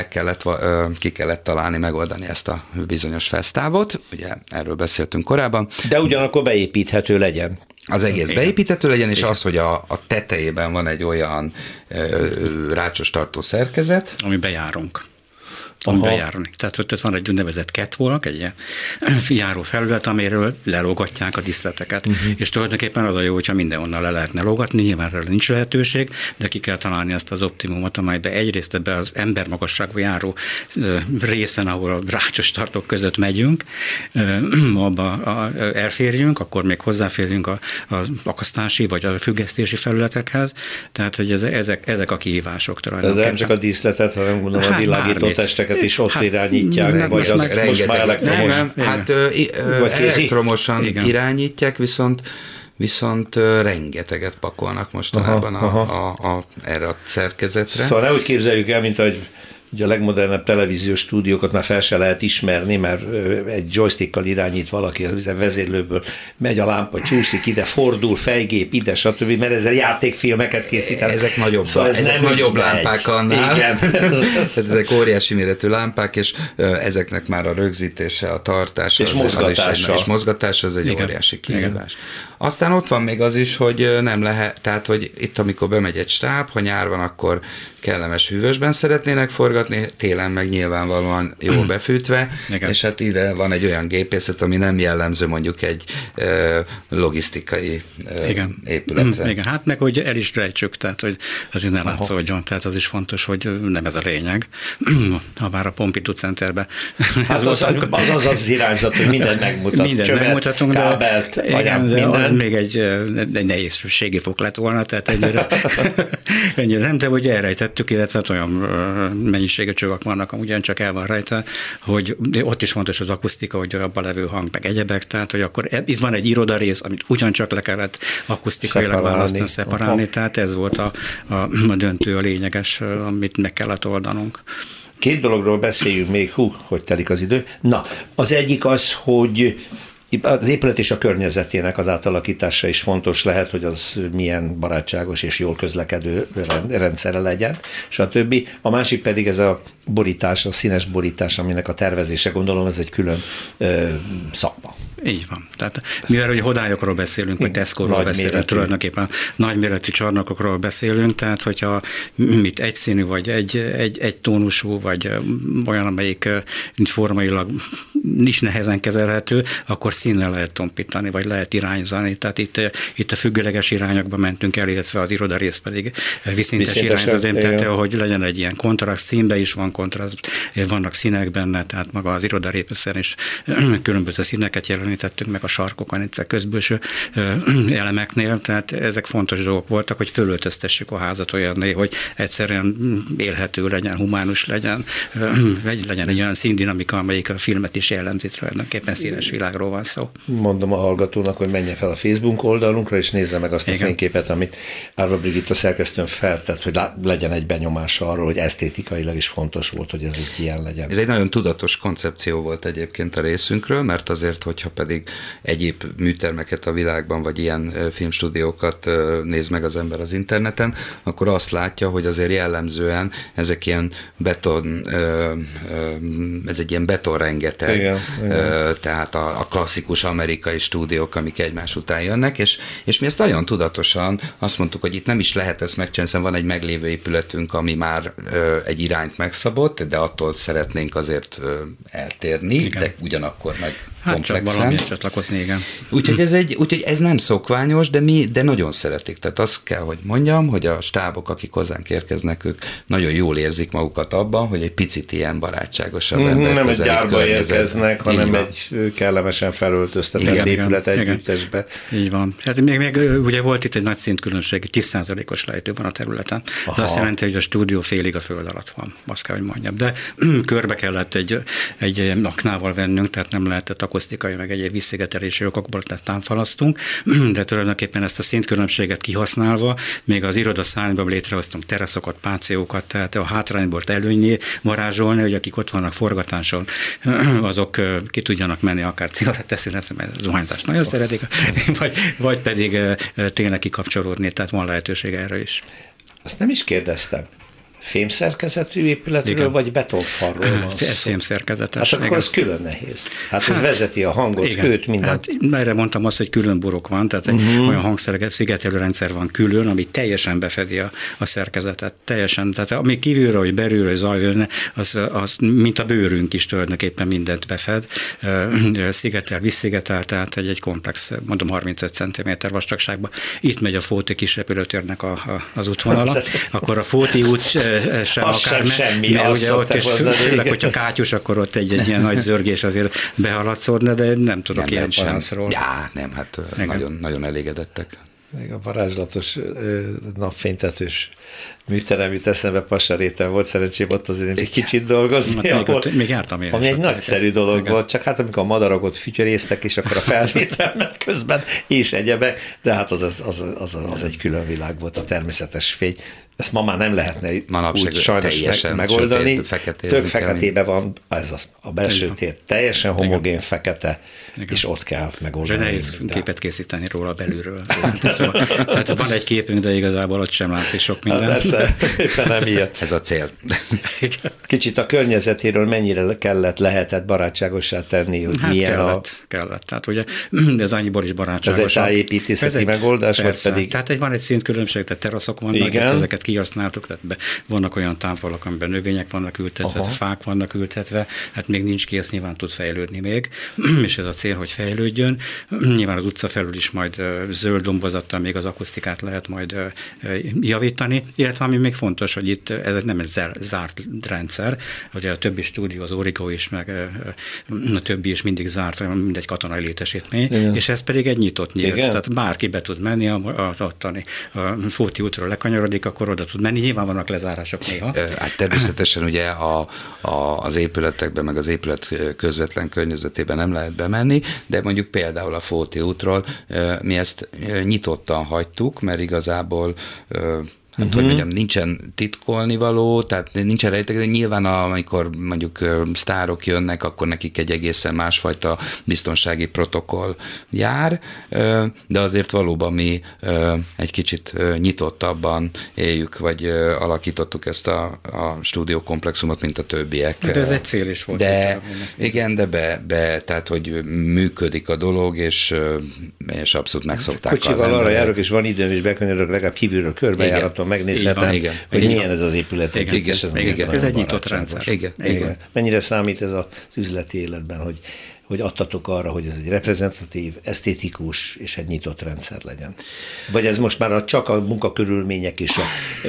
H: ki kellett találni, megoldani ezt a bizonyos fesztávot, ugye erről beszéltünk korábban.
A: De ugyanakkor beépíthető legyen.
H: Az egész beépíthető legyen, és az, hogy a tetejében van egy olyan rácsos tartó szerkezet.
G: Ami bejárunk. Tehát ott van egy úgynevezett catwalk, egy ilyen járó felület, amiről lelógatják a díszleteket. És tulajdonképpen az a jó, hogyha mindenhonnan le lehetne lógatni, nyilván erre nincs lehetőség, de ki kell találni azt az optimumot, amelyben egyrészt ebben az embermagasságú járó részen, ahol a rácsos tartók között megyünk, abba elférjünk, akkor még hozzáférjünk az akasztási vagy a függesztési felületekhez, tehát hogy ezek a kihívások tulajdonképpen.
A: De nem csak a díszletet, hanem gondolom a világító testeket is ott irányítják, vagy az most már elektromos.
H: Hát elektromosan irányítják, viszont rengeteget pakolnak mostanában erre a szerkezetre.
A: Szóval ne úgy képzeljük el, mint ahogy ugye a legmodernebb televíziós stúdiókat már fel se lehet ismerni, mert egy joystickkal irányít valaki, a vezérlőből megy a lámpa, csúszik ide, fordul, fejgép ide, stb., mert ezzel játékfilmeket készítenek.
H: Ezek nagyobb, szóval ezek nagyobb lámpák annál. Igen. Ezek óriási méretű lámpák, és ezeknek már a rögzítése, a tartása, és mozgatása az egy óriási kihívás. Aztán ott van még az is, hogy nem lehet, tehát hogy itt amikor bemegy egy stáb, ha nyár van, akkor kellemes hűvösben szeretnének forgatni, forgatni, télen meg nyilvánvalóan jól befűtve, és hát ide van egy olyan gépészet, ami nem jellemző mondjuk egy logisztikai épületre.
G: Igen, hát meg, hogy el is rejtsük, tehát, hogy azért ne látszódjon, tehát az is fontos, hogy nem ez a lényeg. Ha már a Pompidou Centerben.
A: Hát az irányzat, hogy mindent megmutat.
G: Mindent csövet, megmutatunk, kábelt, de az még egy nehézségi fok lett volna, tehát ennyire nem, de hogy elrejtettük, illetve olyan mennyiségű csövek vannak, ugyancsak el van rejtve, hogy ott is fontos az akusztika, hogy abban levő hang, meg egyebek, tehát hogy akkor itt van egy irodarész, amit ugyancsak le kellett akusztikailag választani, szeparálni, tehát ez volt a döntő, a lényeges, amit meg kellett oldanunk.
A: Két dologról beszéljünk még, hogy telik az idő. Na, az egyik az, hogy az épület és a környezetének az átalakítása is fontos lehet, hogy az milyen barátságos és jól közlekedő rendszere legyen, stb. A másik pedig ez a borítás, a színes borítás, aminek a tervezése, gondolom, ez egy külön szakma.
G: Így van. Tehát mivel hogy hodályokról beszélünk, vagy Tesco-ról beszélünk, tulajdonképpen nagyméretű csarnokokról beszélünk, tehát hogyha egyszínű, vagy egy tónusú, vagy olyan, amelyik formailag is nehezen kezelhető, akkor színnel lehet tompítani, vagy lehet irányzani. Tehát itt a függőleges irányokba mentünk el, illetve az irodarész pedig viszintes irányzat, tehát hogy legyen egy ilyen kontraszt, színben is van kontraszt, vannak színek benne, tehát maga az irodarészen is különböző színeket jelenítettünk meg a sarkokon, itt a közbülső elemeknél, tehát ezek fontos dolgok voltak, hogy fölöltöztessük a házat olyanné, hogy egyszerűen élhető legyen, humánus legyen, legyen egy olyan színdinamika, amelyik a filmet is jellemzi, tulajdonképpen színes világról van szó.
A: Mondom a hallgatónak, hogy menjen fel a Facebook oldalunkra, és nézze meg azt a fényképet, amit Árva Brigitta szerkesztőn feltett, hogy legyen egy benyomása arról, hogy esztétikailag is fontos volt, hogy ez így ilyen legyen.
H: Ez egy nagyon tudatos koncepció volt egyébként a részünkről, mert azért, hogyha pedig egyéb műtermeket a világban, vagy ilyen filmstúdiókat néz meg az ember az interneten, akkor azt látja, hogy azért jellemzően ezek ilyen beton, ez egy ilyen betonrengeteg, igen. Tehát a klasszikus amerikai stúdiók, amik egymás után jönnek, és mi ezt nagyon tudatosan azt mondtuk, hogy itt nem is lehet ezt megcsinálni, hiszen van egy meglévő épületünk, ami már egy irányt megszabott, de attól szeretnénk azért eltérni, igen. De ugyanakkor meg komplexen.
G: Csak valamit csatlakozni, igen.
H: Úgyhogy ez nem szokványos, de nagyon szeretik. Tehát azt kell, hogy mondjam, hogy a stábok, akik hozzánk érkeznek, ők nagyon jól érzik magukat abban, hogy egy picit ilyen barátságosabb ember.
A: Nem egy gyárba érkeznek, hanem egy kellemesen felöltöztetett épület együttesbe.
G: Így van. Hát még ugye volt itt egy nagy szintkülönbség, 10%-os lejtő van a területen. De azt jelenti, hogy a stúdió félig a föld alatt van, azt kell, hogy mondjam. De körbe kellett egy aknával vennünk, tehát nem lehetett akusztikai, meg egyéb visszigetelési okokból támfalasztunk, de tulajdonképpen ezt a szintkülönbséget kihasználva, még az irodaszárnyban létrehoztunk teraszokat, pációkat, tehát a hátrányból előnyé varázsolni, hogy akik ott vannak forgatáson, azok ki tudjanak menni akár cigaretteszünetre, mert a zuhányzást nagyon szeretik, vagy pedig tényleg kikapcsolódni, tehát van lehetőség erre is.
A: Azt nem is kérdeztem. Fémszerkezetű épületről, igen. Vagy betonfalról van szó?
G: Ez fémszerkezetes.
A: Hát akkor az külön nehéz. Hát ez vezeti a hangot, igen. Hőt, mindent.
G: Hát erre mondtam azt, hogy külön burok van, tehát olyan hangszigetelő rendszer van külön, ami teljesen befedi a szerkezetet. Teljesen, tehát ami kívülről, vagy belülről zaj jönne, az mint a bőrünk is tulajdonképpen mindent befed. Visszigetel, tehát egy komplex, mondom 35 cm vastagságban. Itt megy a Fóti kis repülőtérnek az útvonala, akkor a Fóti út sem akár,
A: semmi,
G: mert ugye ott is főleg, hogyha kátyus, akkor ott egy ilyen nagy zörgés azért behaladszódna, de nem tudok nem ilyen panaszról.
H: Ja, nem, hát nagyon, nagyon elégedettek.
A: Még a varázslatos napfénytetős műterem jut eszembe, Passaréten volt szerencsém ott azért egy kicsit dolgozni.
G: Még jártam én.
A: Ami egy nagyszerű dolog volt, csak hát amikor a madarak ott fütyörésztek, és akkor a felvétel közben és egyebek, de hát az egy külön világ volt, a természetes fény. Ezt ma már nem lehetne úgy sajnos megoldani. Tök feketébe van, ez a belső tér teljesen homogén, fekete, és ott kell megoldani.
G: És nehéz képet készíteni róla belülről. Szóval, tehát van egy képünk, de igazából ott sem látszik sok minden.
A: Persze, éppen emiatt.
H: Ez a cél.
A: Kicsit a környezetéről mennyire lehetett barátságossá tenni, hogy hát milyen
G: kellett. Tehát ugye ez annyiból is barátságos.
A: Ez egy tájépítészeti megoldás, vagy pedig...
G: Tehát van egy szintkülönbség, tehát teraszok vannak, ezeket kihasználtuk, tehát vannak olyan támfalak, amiben növények vannak ültetve, fák vannak ültetve, hát még nincs kész, nyilván tud fejlődni még, és ez a cél, hogy fejlődjön. Nyilván az utca felül is majd zöld dombozattal még az akusztikát lehet majd javítani, illetve ami még fontos, hogy itt ez nem egy zárt rendszer, ugye a többi stúdió, az Origo is, meg a többi is mindig zárt, mindegy katonai létesítmény, és ez pedig egy nyitott nyílt, tehát bárki be tud menni a Fóti útról lekanyarodik, akkor oda tud menni, nyilván vannak lezárások néha.
H: Hát természetesen ugye az épületekben, meg az épület közvetlen környezetében nem lehet bemenni, de mondjuk például a Fóti útról mi ezt nyitottan hagytuk, mert igazából hogy mondjam, nincsen titkolnivaló, tehát nincsen rejtek, de nyilván amikor mondjuk sztárok jönnek, akkor nekik egy egészen másfajta biztonsági protokoll jár, de azért valóban mi egy kicsit nyitottabban éljük, vagy alakítottuk ezt a stúdiókomplexumot, mint a többiek.
G: De ez egy cél is volt.
H: De igen, de tehát, hogy működik a dolog, és abszolút megszokták.
A: Kocsival arra járok, és van időm, és bekanyarodok, legalább kívülről körbejáratom, megnézhetem, hogy milyen ez az épület.
G: Ez egy nyitott rendszer.
A: Igen. Mennyire számít ez az üzleti életben, hogy adtatok arra, hogy ez egy reprezentatív, esztétikus és egy nyitott rendszer legyen? Vagy ez most már csak a munkakörülmények és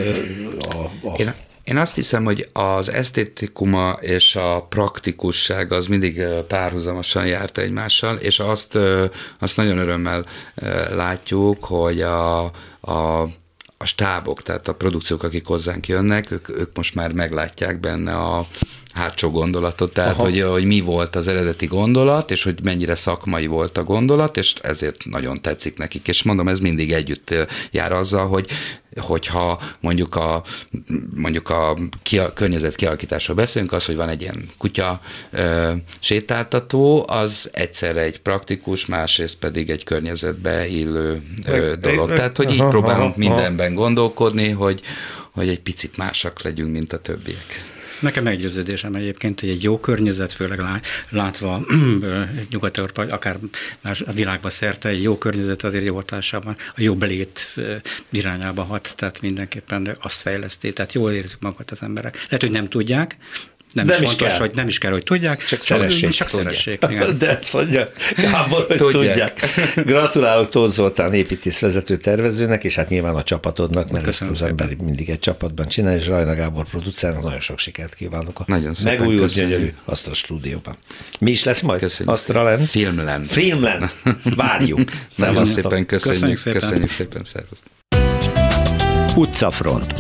H: Én azt hiszem, hogy az esztétikuma és a praktikusság az mindig párhuzamosan járt egymással, és azt nagyon örömmel látjuk, hogy a stábok, tehát a produkciók, akik hozzánk jönnek, ők most már meglátják benne a hátsó gondolatot, tehát hogy mi volt az eredeti gondolat, és hogy mennyire szakmai volt a gondolat, és ezért nagyon tetszik nekik. És mondom, ez mindig együtt jár azzal, hogyha mondjuk a környezet kialakításról beszélünk, az, hogy van egy ilyen kutya sétáltató, az egyszerre egy praktikus, másrészt pedig egy környezetbe illő dolog. Tehát, hogy így próbálunk mindenben gondolkodni, hogy egy picit másak legyünk, mint a többiek.
G: Nekem meggyőződésem egyébként, hogy egy jó környezet, főleg látva Nyugat-Európa, akár más a világban szerte, egy jó környezet azért jó hatásában, a jobb lét irányába hat, tehát mindenképpen azt fejleszti, tehát jól érzik magukat az emberek. Lehet, hogy nem tudják, nem is fontos, hogy nem is kell, hogy tudják, csak szeressék. Igen.
A: De ezt mondja Gábor, hogy tudják. Gratulálok Tóth Zoltán építészvezető tervezőnek, és hát nyilván a csapatodnak, mert ezt az ember mindig egy csapatban csinál, és Rajna Gábor producernek nagyon sok sikert kívánok a megújult gyönyörű Asztra stúdióban. Mi is lesz majd? Asztralen? Filmlen. Várjuk.
H: Nagyon szépen köszönjük szépen, szervusztok.
A: Utcafront.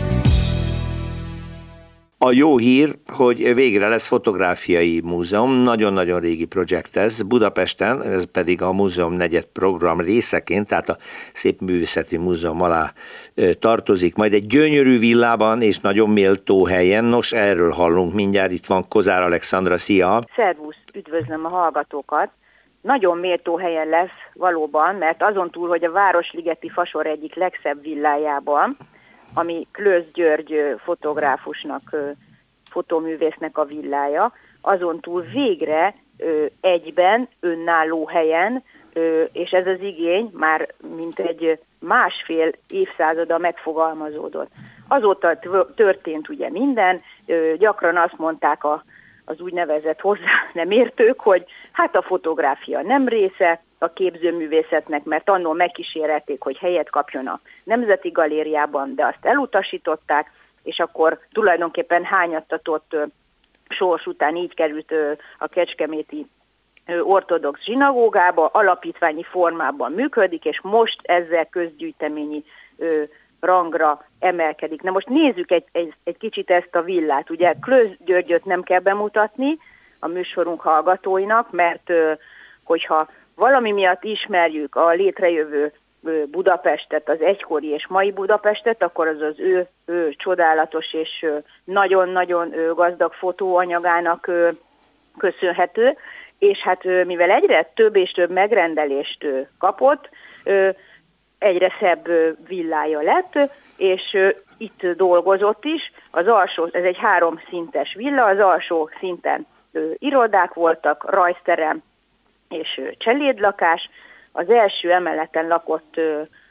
A: A jó hír, hogy végre lesz fotográfiai múzeum, nagyon-nagyon régi projekt ez Budapesten, ez pedig a Múzeum negyed program részeként, tehát a Szépművészeti Múzeum alá tartozik, majd egy gyönyörű villában és nagyon méltó helyen. Nos, erről hallunk mindjárt, itt van Kozár Alexandra, szia!
F: Szervusz, üdvözlöm a hallgatókat! Nagyon méltó helyen lesz valóban, mert azon túl, hogy a Városligeti Fasor egyik legszebb villájában, ami Klősz György fotográfusnak, fotóművésznek a villája, azon túl végre egyben, önálló helyen, és ez az igény már mintegy másfél évszázada megfogalmazódott. Azóta történt ugye minden, gyakran azt mondták az úgynevezett hozzá nem értők, hogy hát a fotográfia nem része a képzőművészetnek, mert annól megkísérelték, hogy helyet kapjon a Nemzeti Galériában, de azt elutasították, és akkor tulajdonképpen hányattatott sors után így került a kecskeméti ortodox zsinagógába, alapítványi formában működik, és most ezzel közgyűjteményi rangra emelkedik. Na most nézzük egy kicsit ezt a villát. Ugye Klősz Györgyöt nem kell bemutatni a műsorunk hallgatóinak, mert hogyha valami miatt ismerjük a létrejövő Budapestet, az egykori és mai Budapestet, akkor az ő csodálatos és nagyon-nagyon gazdag fotóanyagának köszönhető, és hát mivel egyre több és több megrendelést kapott, egyre szebb villája lett, és itt dolgozott is. Az alsó, ez egy 3 szintes villa, az alsó szinten irodák voltak, rajzterem és cselédlakás. Az első emeleten lakott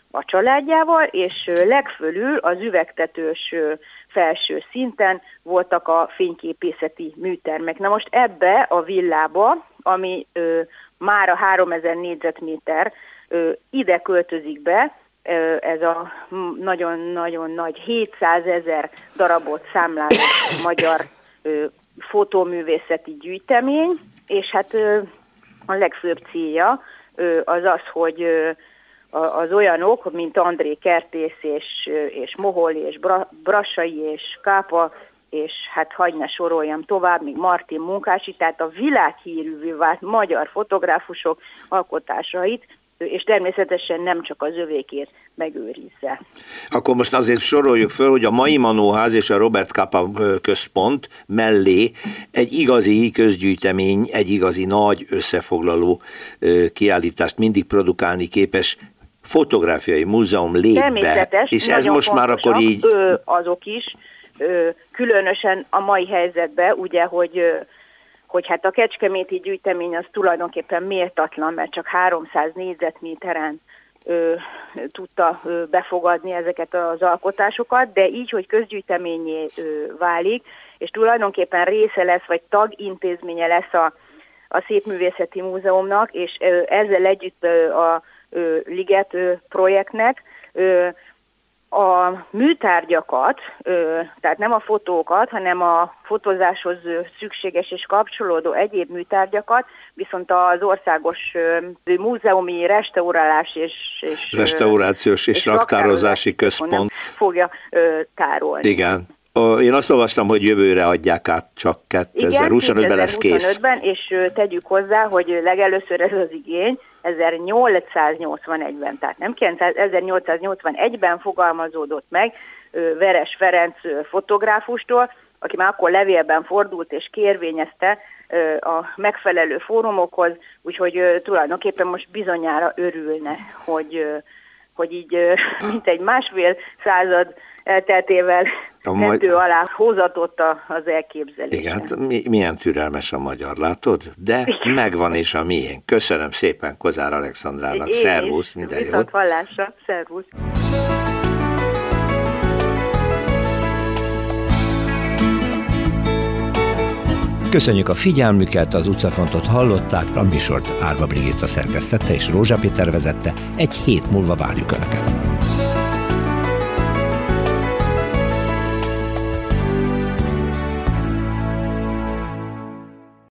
F: a családjával, és legfölül az üvegtetős felső szinten voltak a fényképészeti műtermek. Na most ebbe a villába, ami már a 3000 négyzetméter, ide költözik be ez a nagyon-nagyon nagy 700 000 darabot számláló magyar fotóművészeti gyűjtemény, és hát a legfőbb célja az az, hogy az olyanok, mint André Kertész és Mohol és Brassai és Kápa, és hát hagyj ne soroljam tovább, még Martin Munkási, tehát a világhírűvé vált magyar fotográfusok alkotásait, és természetesen nem csak az övékét megőrizze.
A: Akkor most azért soroljuk föl, hogy a Mai Manóház és a Robert Capa központ mellé egy igazi közgyűjtemény, egy igazi nagy összefoglaló kiállítást mindig produkálni képes fotográfiai múzeum lép be, és ez most már akkor így...
F: azok is, különösen a mai helyzetben, ugye, hogy hát a kecskeméti gyűjtemény az tulajdonképpen méltatlan, mert csak 300 négyzetméteren tudta befogadni ezeket az alkotásokat, de így, hogy közgyűjteményé válik, és tulajdonképpen része lesz, vagy tagintézménye lesz a Szépművészeti Múzeumnak, és ezzel együtt a Liget projektnek a műtárgyakat, tehát nem a fotókat, hanem a fotózáshoz szükséges és kapcsolódó egyéb műtárgyakat, viszont az országos múzeumi restaurálás és
A: restaurációs és raktározási központ
F: fogja tárolni.
A: Igen. Én azt olvastam, hogy jövőre adják át, csak 2025-ben lesz kész.
F: 2025-ben, és tegyük hozzá, hogy legelőször ez az igény 1881-ben, tehát nem 1881-ben fogalmazódott meg Veres Ferenc fotográfustól, aki már akkor levélben fordult és kérvényezte a megfelelő fórumokhoz, úgyhogy tulajdonképpen most bizonyára örülne, hogy így mintegy másfél század elteltével tető alá hozatott az elképzelés.
A: Igen, milyen türelmes a magyar, látod? De megvan is a miénk. Köszönöm szépen Kozár Alexandrának. Szervusz, minden jót.
F: Viszont hallásra, szervusz.
I: Köszönjük a figyelmüket, az utcafrontot hallották, a műsort Árva Brigitta szerkesztette és Rózsa Péter vezette. Egy hét múlva várjuk Önöket.